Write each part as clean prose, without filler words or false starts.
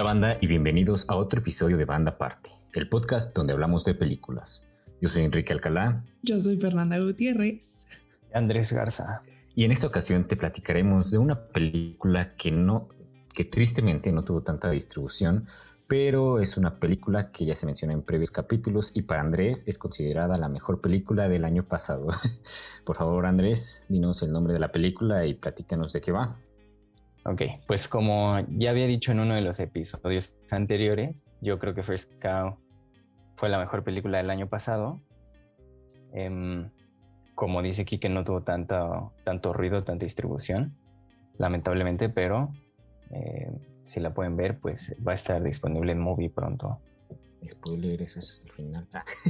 Hola banda y bienvenidos a otro episodio de Banda Aparte, el podcast donde hablamos de películas. Yo soy Enrique Alcalá. Yo soy Fernanda Gutiérrez. Andrés Garza. Y en esta ocasión te platicaremos de una película que tristemente no tuvo tanta distribución, pero es una película que ya se menciona en previos capítulos y para Andrés es considerada la mejor película del año pasado. Por favor, Andrés, dinos el nombre de la película y platícanos de qué va. Ok, pues como ya había dicho en uno de los episodios anteriores, yo creo que First Cow fue la mejor película del año pasado. Como dice aquí, que no tuvo tanto ruido, tanta distribución, lamentablemente, pero si la pueden ver, pues va a estar disponible en Movie pronto. Spoiler, eso es hasta el final.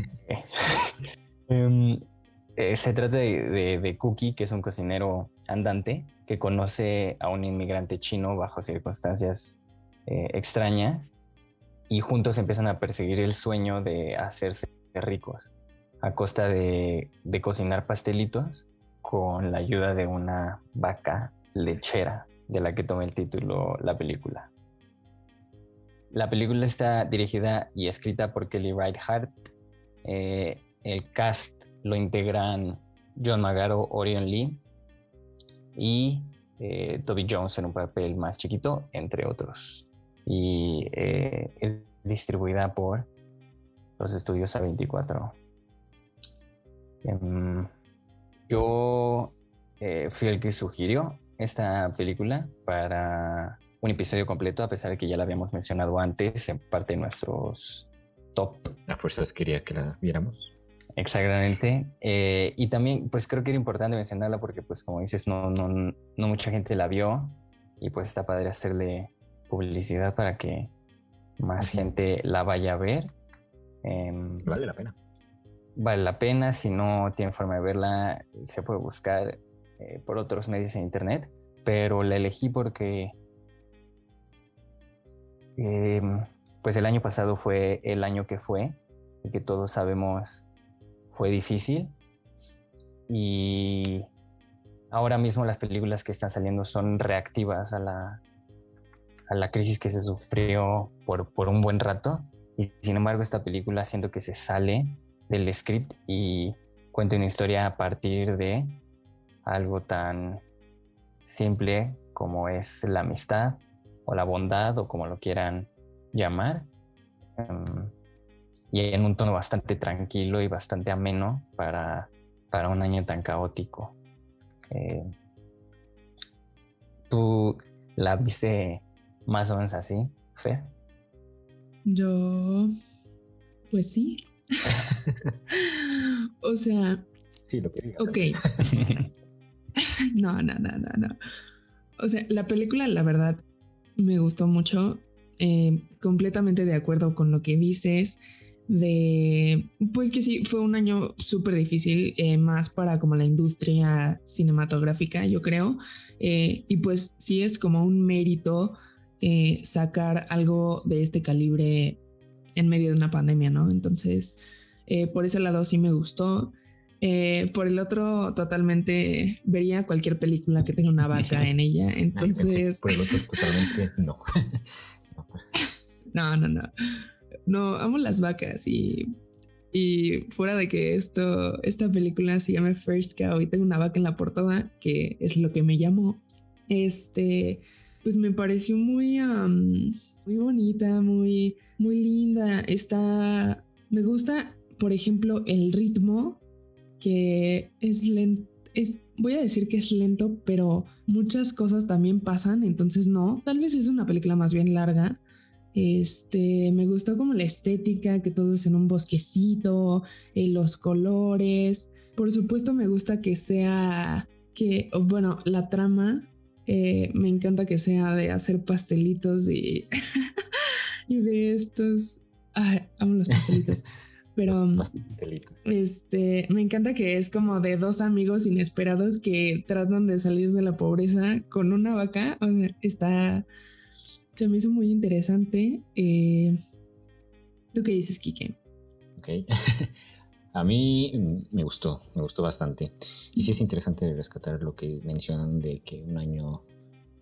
Se trata de Cookie, que es un cocinero andante que conoce a un inmigrante chino bajo circunstancias extrañas y juntos empiezan a perseguir el sueño de hacerse ricos a costa de cocinar pastelitos con la ayuda de una vaca lechera de la que toma el título la película. La película está dirigida y escrita por Kelly Reichardt. El cast lo integran John Magaro, Orion Lee y Toby Jones en un papel más chiquito, entre otros. Y es distribuida por los estudios A24. Yo fui el que sugirió esta película para un episodio completo, a pesar de que ya la habíamos mencionado antes en parte de nuestros top. A fuerzas quería que la viéramos. Exactamente. Y también pues creo que era importante mencionarla porque pues como dices no mucha gente la vio y pues está padre hacerle publicidad para que más gente la vaya a ver. Vale la pena. Vale la pena. Si no tienen forma de verla, se puede buscar por otros medios en internet, pero la elegí porque pues el año pasado fue el año que fue y que todos sabemos fue difícil, y ahora mismo las películas que están saliendo son reactivas a la crisis que se sufrió por un buen rato, y sin embargo esta película siento que se sale del script y cuenta una historia a partir de algo tan simple como es la amistad o la bondad o como lo quieran llamar. Y en un tono bastante tranquilo y bastante ameno para un año tan caótico. ¿Tú la viste más o menos así, Fer? Yo, pues sí. O sea... Sí, lo que digas. Ok. No. O sea, la película, la verdad, me gustó mucho. Completamente de acuerdo con lo que dices. Pues que sí, fue un año súper difícil, más para como la industria cinematográfica, yo creo. Y pues sí es como un mérito sacar algo de este calibre en medio de una pandemia, ¿no? Entonces, por ese lado sí me gustó. Por el otro, totalmente vería cualquier película que tenga una vaca en ella. Entonces, por el otro, totalmente no. No, amo las vacas y fuera de que esta película se llame First Cow y tengo una vaca en la portada, que es lo que me llamó, pues me pareció muy bonita, muy linda. Me gusta, por ejemplo, el ritmo, que es lento. Voy a decir que es lento, pero muchas cosas también pasan, entonces no, tal vez es una película más bien larga. Me gustó como la estética, que todo es en un bosquecito, los colores. Por supuesto me gusta que sea, bueno, la trama, me encanta que sea de hacer pastelitos y, y de estos, amo los pastelitos. Pero me encanta que es como de dos amigos inesperados que tratan de salir de la pobreza con una vaca. O sea, se me hizo muy interesante. ¿Tú qué dices, Kike? Ok. A mí me gustó bastante. Y sí es interesante rescatar lo que mencionan de que un año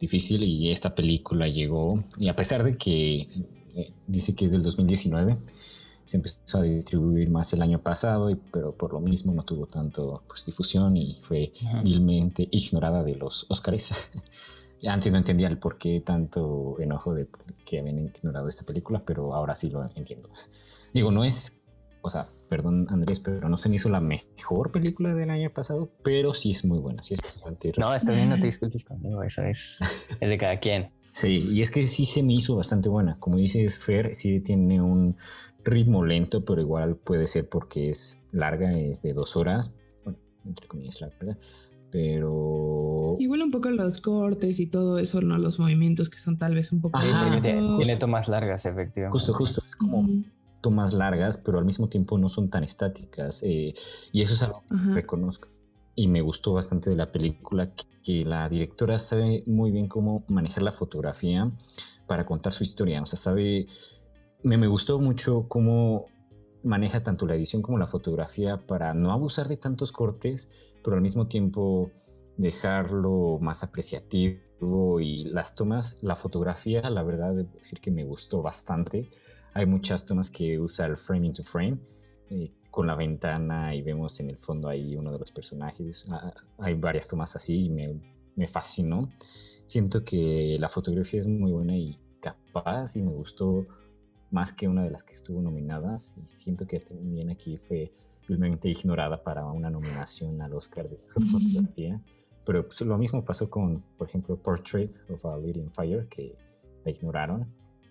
difícil y esta película llegó y a pesar de que dice que es del 2019, se empezó a distribuir más el año pasado, pero por lo mismo no tuvo tanto pues, difusión y fue vilmente ignorada de los Óscares. Antes no entendía el por qué tanto enojo de que habían ignorado esta película, pero ahora sí lo entiendo. Digo, no es, o sea, perdón Andrés, pero no se me hizo la mejor película del año pasado, pero sí es muy buena, sí es bastante. No, está bien, no te disculpes conmigo, eso es de cada quien. Sí, y es que sí se me hizo bastante buena. Como dices, Fer, sí tiene un ritmo lento, pero igual puede ser porque es larga, es de 2 horas, bueno, entre comillas larga, pero... Igual un poco los cortes y todo eso, ¿no? Los movimientos que son tal vez un poco... Sí, porque tiene tomas largas, efectivamente. Justo, es como tomas largas, pero al mismo tiempo no son tan estáticas. Y eso es algo que reconozco. Y me gustó bastante de la película, que la directora sabe muy bien cómo manejar la fotografía para contar su historia. O sea, sabe... Me gustó mucho cómo maneja tanto la edición como la fotografía para no abusar de tantos cortes, pero al mismo tiempo dejarlo más apreciativo. Y las tomas, la fotografía, la verdad, debo decir que me gustó bastante. Hay muchas tomas que usa el frame into frame, con la ventana y vemos en el fondo ahí uno de los personajes. Hay varias tomas así y me fascinó. Siento que la fotografía es muy buena y capaz y me gustó más que una de las que estuvo nominadas, y siento que también aquí fue realmente ignorada para una nominación al Oscar de fotografía. Pero pues, lo mismo pasó con, por ejemplo, Portrait of a Lady on Fire, que la ignoraron.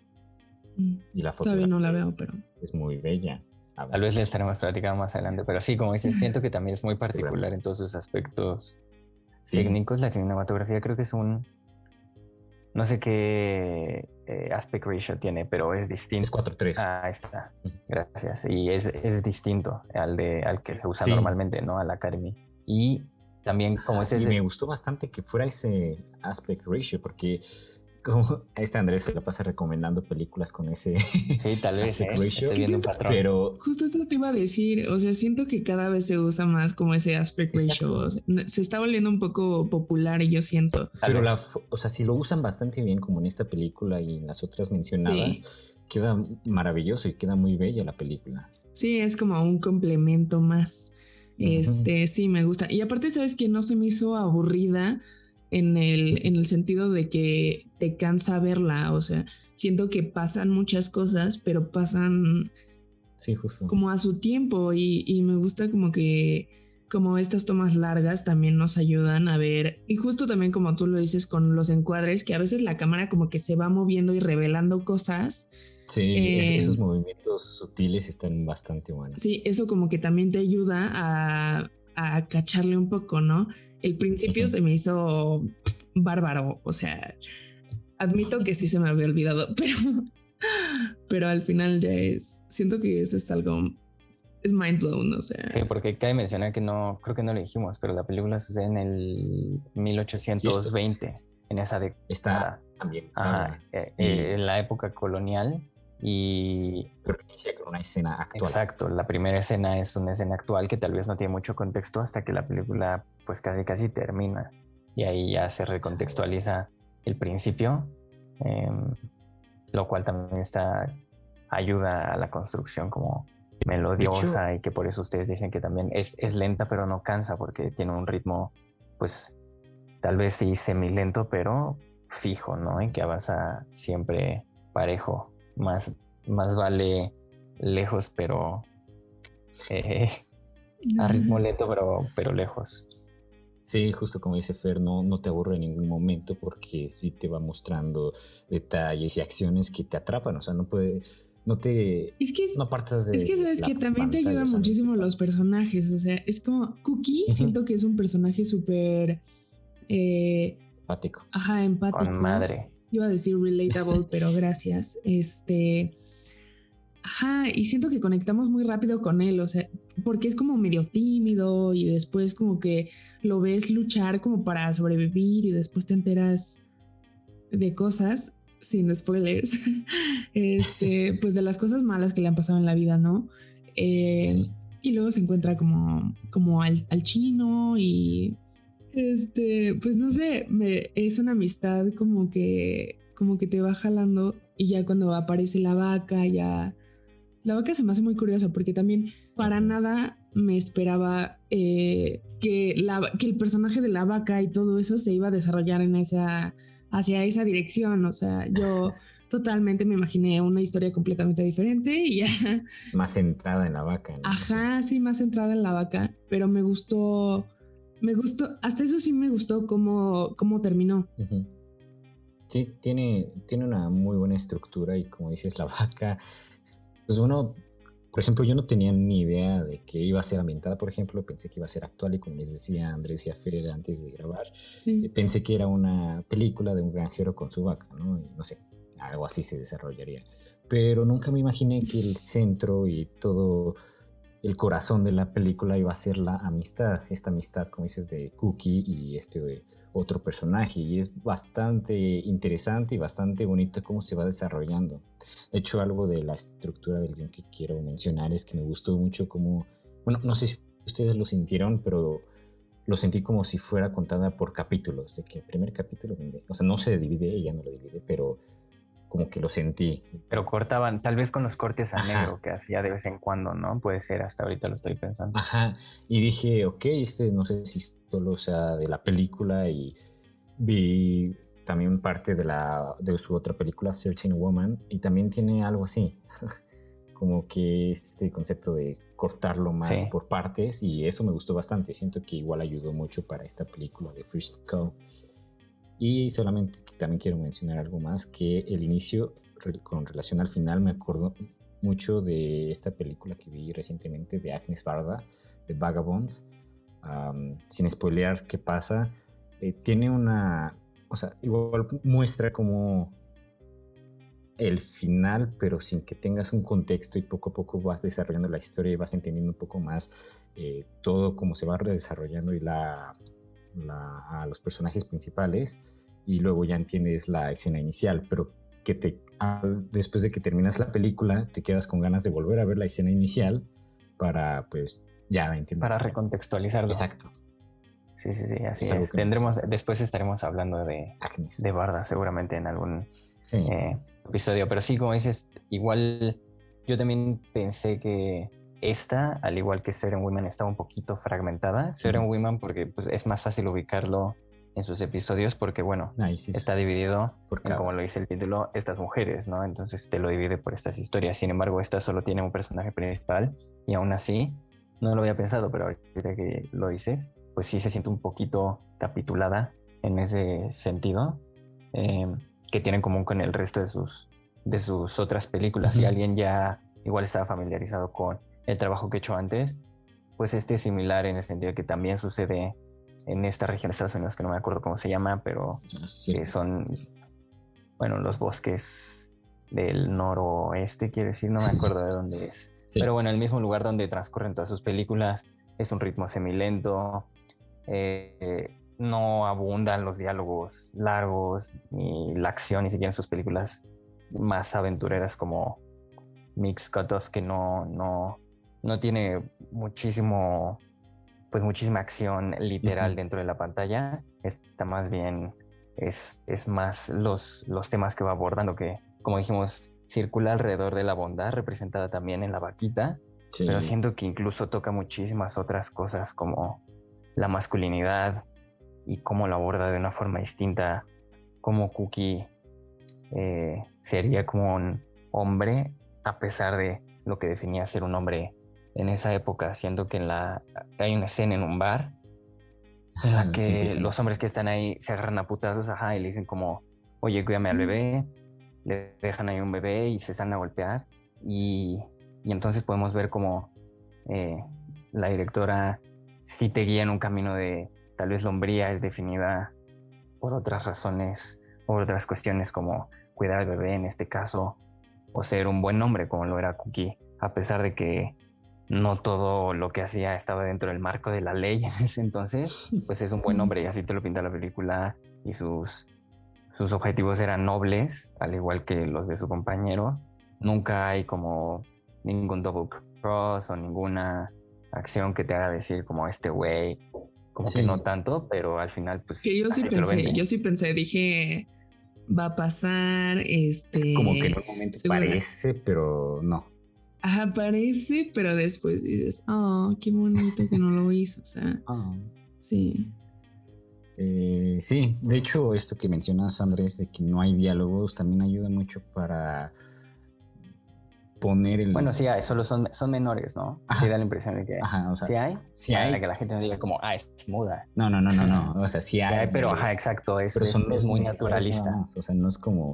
Y la fotografía todavía no la veo, pero es muy bella. Tal vez le estaremos platicando más adelante, pero sí, como dices, siento que también es muy particular en todos sus aspectos técnicos. La cinematografía creo que es no sé qué aspect ratio tiene, pero es distinto. Es 4:3. Ahí está, gracias. Y es distinto al que se usa normalmente, ¿no? Al Academy. Y también como es ese... Y me gustó bastante que fuera ese aspect ratio, porque como a Andrés se la pasa recomendando películas con ese tal vez, aspect ratio, estoy viendo un patrón. Pero justo esto te iba a decir, o sea, siento que cada vez se usa más como ese aspect ratio, o sea, se está volviendo un poco popular y yo siento. Pero o sea, si lo usan bastante bien como en esta película y en las otras mencionadas, queda maravilloso y queda muy bella la película. Sí, es como un complemento más. Sí, me gusta. Y aparte, ¿sabes que no se me hizo aburrida en el sentido de que te cansa verla? O sea, siento que pasan muchas cosas, pero pasan justo como a su tiempo y me gusta como estas tomas largas también nos ayudan a ver, y justo también como tú lo dices con los encuadres, que a veces la cámara como que se va moviendo y revelando cosas. Sí, esos movimientos sutiles están bastante buenos. Sí, eso como que también te ayuda a cacharle un poco, ¿no? El principio se me hizo bárbaro, o sea, admito que sí se me había olvidado, pero al final ya siento que eso es algo, es mind blown, o sea. Sí, porque cabe mencionar que creo que no lo dijimos, pero la película sucede en el 1820, en esa década. Está también. En la época colonial. Pero inicia con una escena actual. Exacto, la primera escena es una escena actual que tal vez no tiene mucho contexto hasta que la película pues casi termina, y ahí ya se recontextualiza el principio, lo cual también ayuda a la construcción como melodiosa, y que por eso ustedes dicen que también es lenta pero no cansa, porque tiene un ritmo pues tal vez sí semilento pero fijo, ¿no? Y que avanza siempre parejo. Más vale lejos, pero a ritmo lento, pero lejos. Sí, justo como dice Fer, no te aburre en ningún momento, porque sí te va mostrando detalles y acciones que te atrapan. O sea, no partas de... Es que sabes que también te ayudan muchísimo los personajes. O sea, es como Cookie, siento que es un personaje súper... empático. Ajá, empático. Con madre. Iba a decir relatable, pero gracias. Ajá, y siento que conectamos muy rápido con él, o sea, porque es como medio tímido y después como que lo ves luchar como para sobrevivir y después te enteras de cosas, sin spoilers, pues de las cosas malas que le han pasado en la vida, ¿no? Y luego se encuentra como al chino y Pues no sé, es una amistad como que te va jalando y ya cuando aparece la vaca, ya la vaca se me hace muy curiosa porque también para nada me esperaba que el personaje de la vaca y todo eso se iba a desarrollar hacia esa dirección. O sea, yo totalmente me imaginé una historia completamente diferente y ya. Más centrada en la vaca, ¿no? Ajá, sí, más centrada en la vaca, pero me gustó, hasta eso sí me gustó cómo terminó. Uh-huh. Sí, tiene una muy buena estructura y como dices, la vaca, pues uno, por ejemplo, yo no tenía ni idea de que iba a ser ambientada, por ejemplo, pensé que iba a ser actual y como les decía Andrés y a Fer antes de grabar, Sí. Pensé que era una película de un granjero con su vaca, ¿no? Y no sé, algo así se desarrollaría. Pero nunca me imaginé que el centro y todo el corazón de la película iba a ser la amistad, esta amistad, como dices, de Cookie y otro personaje, y es bastante interesante y bastante bonito cómo se va desarrollando. De hecho, algo de la estructura del guión que quiero mencionar es que me gustó mucho cómo, bueno, no sé si ustedes lo sintieron, pero lo sentí como si fuera contada por capítulos, de que el primer capítulo, o sea, no se divide, ella no lo divide, pero como que lo sentí. Pero cortaban, tal vez con los cortes a Ajá. negro que hacía de vez en cuando, ¿no? Puede ser, hasta ahorita lo estoy pensando. Ajá, y dije, ok, no sé si solo sea de la película, y vi también parte de su otra película, Certain Woman, y también tiene algo así, como que este concepto de cortarlo más por partes, y eso me gustó bastante. Siento que igual ayudó mucho para esta película de First Cow. Y solamente también quiero mencionar algo más, que el inicio con relación al final me acordó mucho de esta película que vi recientemente de Agnes Varda, de Vagabonds. Sin spoilear qué pasa, tiene o sea, igual muestra como el final, pero sin que tengas un contexto, y poco a poco vas desarrollando la historia y vas entendiendo un poco más todo cómo se va desarrollando y a los personajes principales, y luego ya entiendes la escena inicial, pero que después de que terminas la película te quedas con ganas de volver a ver la escena inicial para pues ya entender. Para recontextualizarlo. Exacto. Sí, así es. Después estaremos hablando de Varda seguramente en algún episodio, pero sí, como dices, igual yo también pensé que esta, al igual que Seven Women, estaba un poquito fragmentada. Seven Women porque pues, es más fácil ubicarlo en sus episodios porque, bueno, está dividido en, como lo dice el título, estas mujeres, ¿no? Entonces te lo divide por estas historias. Sin embargo, esta solo tiene un personaje principal y aún así, no lo había pensado, pero ahorita que lo dices, pues sí se siente un poquito capitulada en ese sentido, que tiene en común con el resto de sus otras películas. Si alguien ya igual estaba familiarizado con el trabajo que he hecho antes, pues es similar en el sentido de que también sucede en esta región de Estados Unidos, que no me acuerdo cómo se llama, pero que son, bueno, los bosques del noroeste, quiere decir, no me acuerdo de dónde es. Sí. Pero bueno, el mismo lugar donde transcurren todas sus películas, es un ritmo semilento, no abundan los diálogos largos, ni la acción, ni siquiera en sus películas más aventureras como Mix Cutoff, que no tiene muchísima acción literal dentro de la pantalla. Está más bien, es más los temas que va abordando, que como dijimos, circula alrededor de la bondad representada también en la vaquita, pero siento que incluso toca muchísimas otras cosas como la masculinidad y cómo lo aborda de una forma distinta, como Cookie sería como un hombre a pesar de lo que definía ser un hombre en esa época, siendo que hay una escena en un bar en la que los hombres que están ahí se agarran a putazos, y le dicen como, oye, cuídame al bebé, le dejan ahí un bebé y se salen a golpear, y entonces podemos ver como la directora sí te guía en un camino de tal vez la hombría es definida por otras razones, por otras cuestiones como cuidar al bebé en este caso, o ser un buen hombre como lo era Cookie, a pesar de que no todo lo que hacía estaba dentro del marco de la ley en ese entonces, pues es un buen hombre y así te lo pinta la película, y sus objetivos eran nobles, al igual que los de su compañero. Nunca hay como ningún double cross o ninguna acción que te haga decir como este güey como que no tanto, pero al final pues... Que yo sí pensé, dije, va a pasar, Es como que en un momento parece, pero no. Ajá, parece, pero después dices, oh, qué bonito que no lo hizo, o sea, sí. Sí, de hecho, esto que mencionas, Andrés, de que no hay diálogos, también ayuda mucho para poner el... Bueno, sí hay, solo son menores, ¿no? Ajá. Sí da la impresión de que ajá, o sea, sí hay. Sí hay. Para que la gente no diga como, es muda. No. O sea, sí hay. Pero, exacto. Pero son es muy naturalista. Más, o sea, no es como...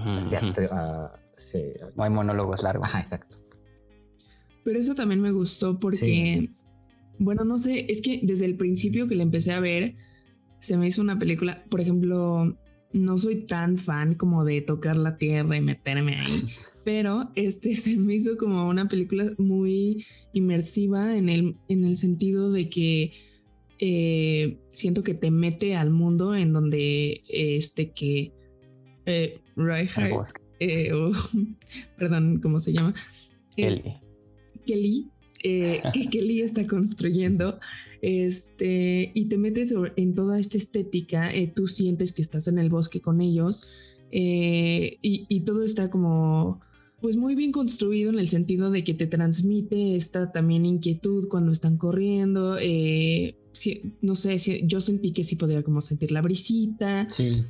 No hay monólogos largos. Ajá, exacto. Pero eso también me gustó porque, bueno, no sé, es que desde el principio que la empecé a ver, se me hizo una película, por ejemplo, no soy tan fan como de tocar la tierra y meterme ahí, pero se me hizo como una película muy inmersiva en el sentido de que siento que te mete al mundo en donde Reinhardt, perdón, ¿cómo se llama? Kelly, que Kelly está construyendo, y te metes en toda esta estética, tú sientes que estás en el bosque con ellos, y todo está como pues muy bien construido en el sentido de que te transmite esta también inquietud cuando están corriendo, no sé, yo sentí que sí podía como sentir la brisita,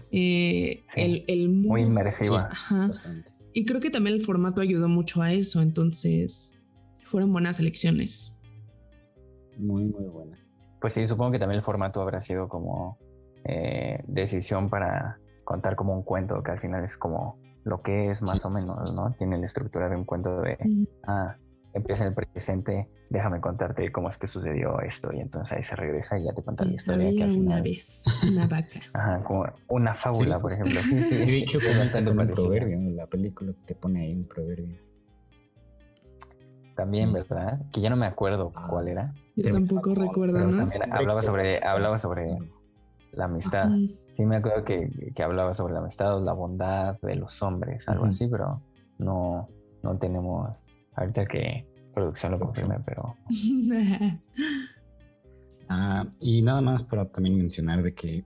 el mood, muy inmersiva, bastante. Y creo que también el formato ayudó mucho a eso, entonces fueron buenas elecciones. Muy, muy buena. Pues sí, supongo que también el formato habrá sido como decisión para contar como un cuento, que al final es como lo que es más o menos, ¿no? Tiene la estructura de un cuento de, empieza en el presente, déjame contarte cómo es que sucedió esto, y entonces ahí se regresa y ya te cuenta la historia. Había que al final... una vez una vaca. Ajá, como una fábula, por ejemplo. Sí. De hecho, comienza con un proverbio, la película te pone ahí un proverbio. También, ¿verdad? Que ya no me acuerdo cuál era. Yo tampoco recuerdo, ¿no? También hablaba sobre la amistad. Sí, me acuerdo que hablaba sobre la amistad o la bondad de los hombres, algo así, pero no tenemos ahorita que producción lo confirme, pero... y nada más para también mencionar de que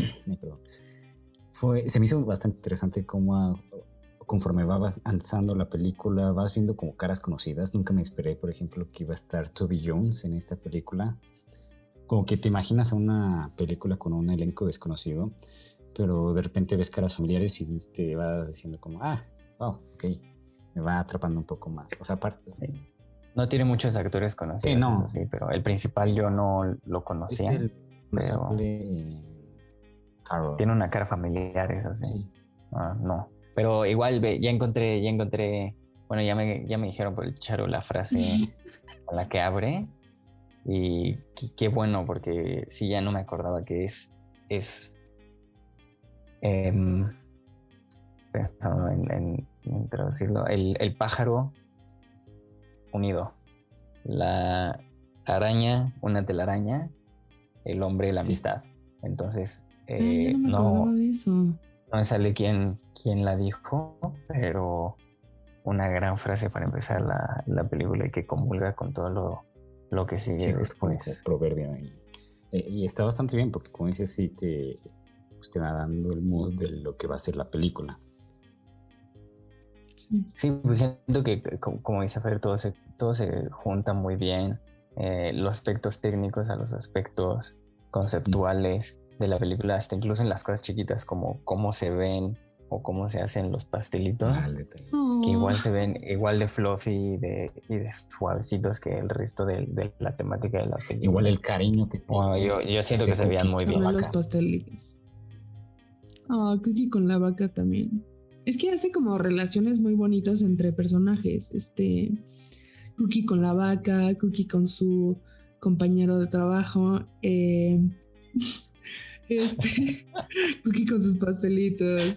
se me hizo bastante interesante cómo conforme va avanzando la película vas viendo como caras conocidas. Nunca me esperé, por ejemplo, que iba a estar Toby Jones en esta película. Como que te imaginas a una película con un elenco desconocido, pero de repente ves caras familiares y te vas diciendo como, ok, me va atrapando un poco más. O sea, aparte... No tiene muchos actores conocidos, eso sí, pero el principal yo no lo conocía. Es el responsable Carol. Tiene una cara familiar, eso sí. No. Pero igual ya encontré, bueno, ya me dijeron por el charo la frase con la que abre. Y qué bueno, porque sí, ya no me acordaba que es pensando en traducirlo, el pájaro unido, la araña, una telaraña, el hombre, la amistad. Entonces, yo no me acordaba de eso. No me sale quién la dijo, pero una gran frase para empezar la película y que comulga con todo lo que sigue después. Proverbio y está bastante bien porque como dices sí te va dando el mood de lo que va a ser la película. Sí, pues siento que como dice Fer, todo se junta muy bien, los aspectos técnicos a los aspectos conceptuales de la película, hasta incluso en las cosas chiquitas como cómo se ven o cómo se hacen los pastelitos, que igual se ven igual de fluffy y de suavecitos que el resto de la temática de la película. Igual el cariño que tiene. Yo siento que se veían muy bien. Los pastelitos. Cookie con la vaca también. Es que hace como relaciones muy bonitas entre personajes. Cookie con la vaca, Cookie con su compañero de trabajo, Cookie con sus pastelitos,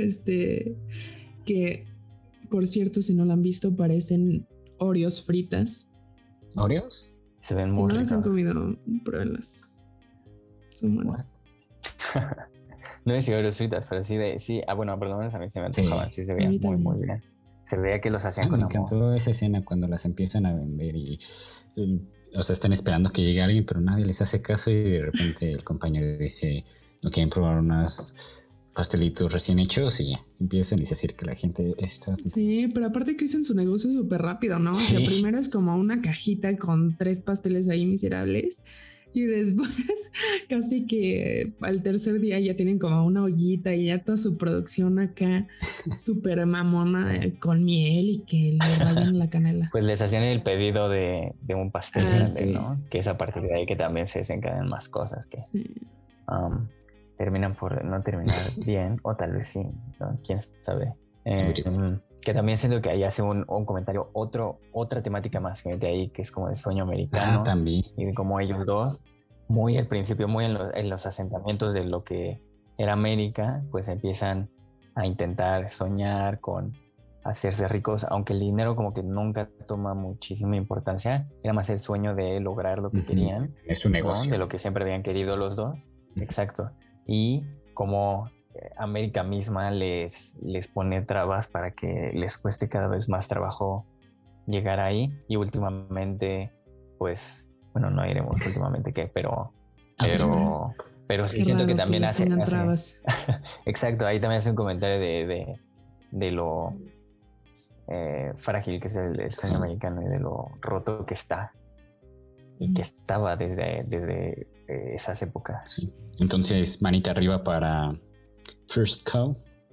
que por cierto, si no la han visto, parecen Oreos fritas. ¿Oreos? Se ven muy ricas. Si no las han comido, pruébenlas. Son buenas. No es Oreos fritas, pero sí bueno, por lo menos a mí se me antojaban, sí se veían muy bien. Se veía que los hacían con amor. Me encantó esa escena cuando las empiezan a vender y o sea, están esperando que llegue alguien, pero nadie les hace caso y de repente el compañero dice, ¿no quieren probar unos pastelitos recién hechos? Y ya empiezan y se acerca la gente. Sí, pero aparte crecen su negocio súper rápido, ¿no? Sí. O sea, primero es como una cajita con 3 pasteles ahí miserables y después casi que al tercer día ya tienen como una ollita y ya toda su producción acá súper mamona con miel y que le rayan la canela. Pues les hacían el pedido de un pastel grande, sí. ¿no? Que es a partir de ahí que también se desencadenan más cosas que terminan por no terminar bien, o tal vez sí, ¿no? Quién sabe. Que también siento que ahí hace un comentario, otra temática más que mete ahí, que es como el sueño americano. También. Y de cómo ellos dos, muy al principio, muy en los asentamientos de lo que era América, pues empiezan a intentar soñar con hacerse ricos, aunque el dinero como que nunca toma muchísima importancia, era más el sueño de lograr lo que querían. Es un negocio. ¿No? De lo que siempre habían querido los dos. Exacto. Y como América misma les pone trabas para que les cueste cada vez más trabajo llegar ahí, y últimamente, pues, bueno, no iremos últimamente qué, pero sí siento que también hace trabas. Exacto, ahí también hace un comentario de lo frágil que es el sueño americano y de lo roto que está y que estaba desde esas épocas. Sí. Entonces, manita arriba para First Cow.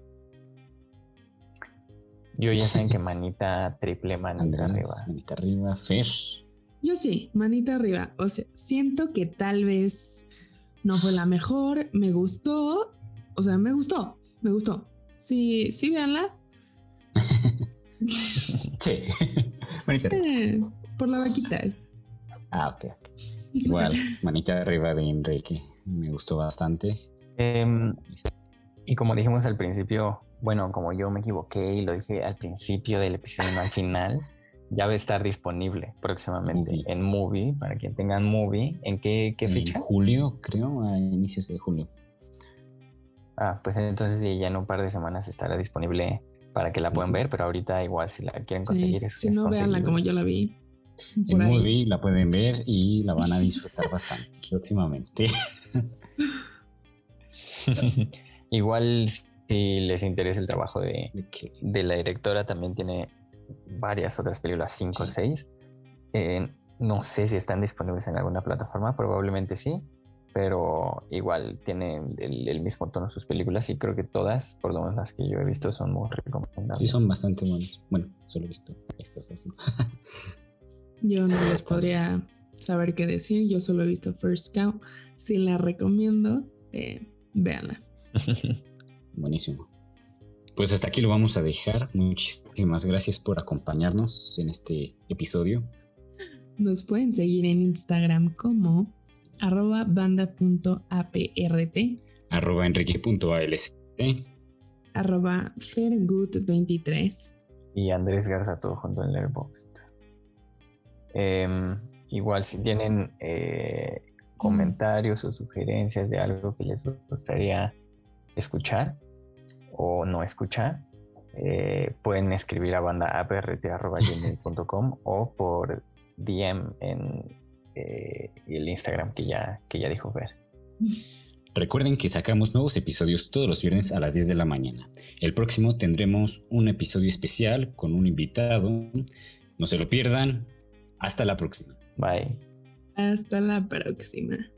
Yo ya saben que manita triple, manita Andrés, arriba. Manita arriba, Fer. Yo sí, manita arriba. O sea, siento que tal vez no fue la mejor, me gustó. O sea, me gustó. Sí, véanla. Sí, manita arriba. Por la vaquita. Ok. Igual, manita arriba de Enrique. Me gustó bastante. Y como dijimos al principio, bueno, como yo me equivoqué y lo dije al principio del episodio, no al final, ya va a estar disponible próximamente en Movie, para quien tengan Movie. ¿En qué fecha? En julio, creo, a inicios de julio. Pues entonces sí, ya en un par de semanas estará disponible para que la puedan ver, pero ahorita igual si la quieren conseguir si no, véanla como yo la vi. En Movie la pueden ver y la van a disfrutar bastante próximamente. Igual si les interesa el trabajo de la directora, también tiene varias otras películas, 5 o 6. No sé si están disponibles en alguna plataforma, probablemente sí, pero igual tienen el mismo tono sus películas, y creo que todas, por lo menos las que yo he visto, son muy recomendables. Sí, son bastante buenas. Bueno, solo he visto estas dos, ¿no? Yo no les podría saber qué decir, yo solo he visto First Cow. Si la recomiendo, véanla. Buenísimo. Pues hasta aquí lo vamos a dejar. Muchísimas gracias por acompañarnos en este episodio. Nos pueden seguir en Instagram como @banda.aprt, @enrique.alc, @fergood23 y Andrés Garza, todo junto en Letterboxd. Igual si tienen comentarios o sugerencias de algo que les gustaría escuchar o no escuchar, pueden escribir a bandaaprt@gmail.com o por DM en el Instagram que ya dijo Fer. Recuerden que sacamos nuevos episodios todos los viernes a las 10 de la mañana. El próximo tendremos un episodio especial con un invitado. No se lo pierdan. Hasta la próxima. Bye. Hasta la próxima.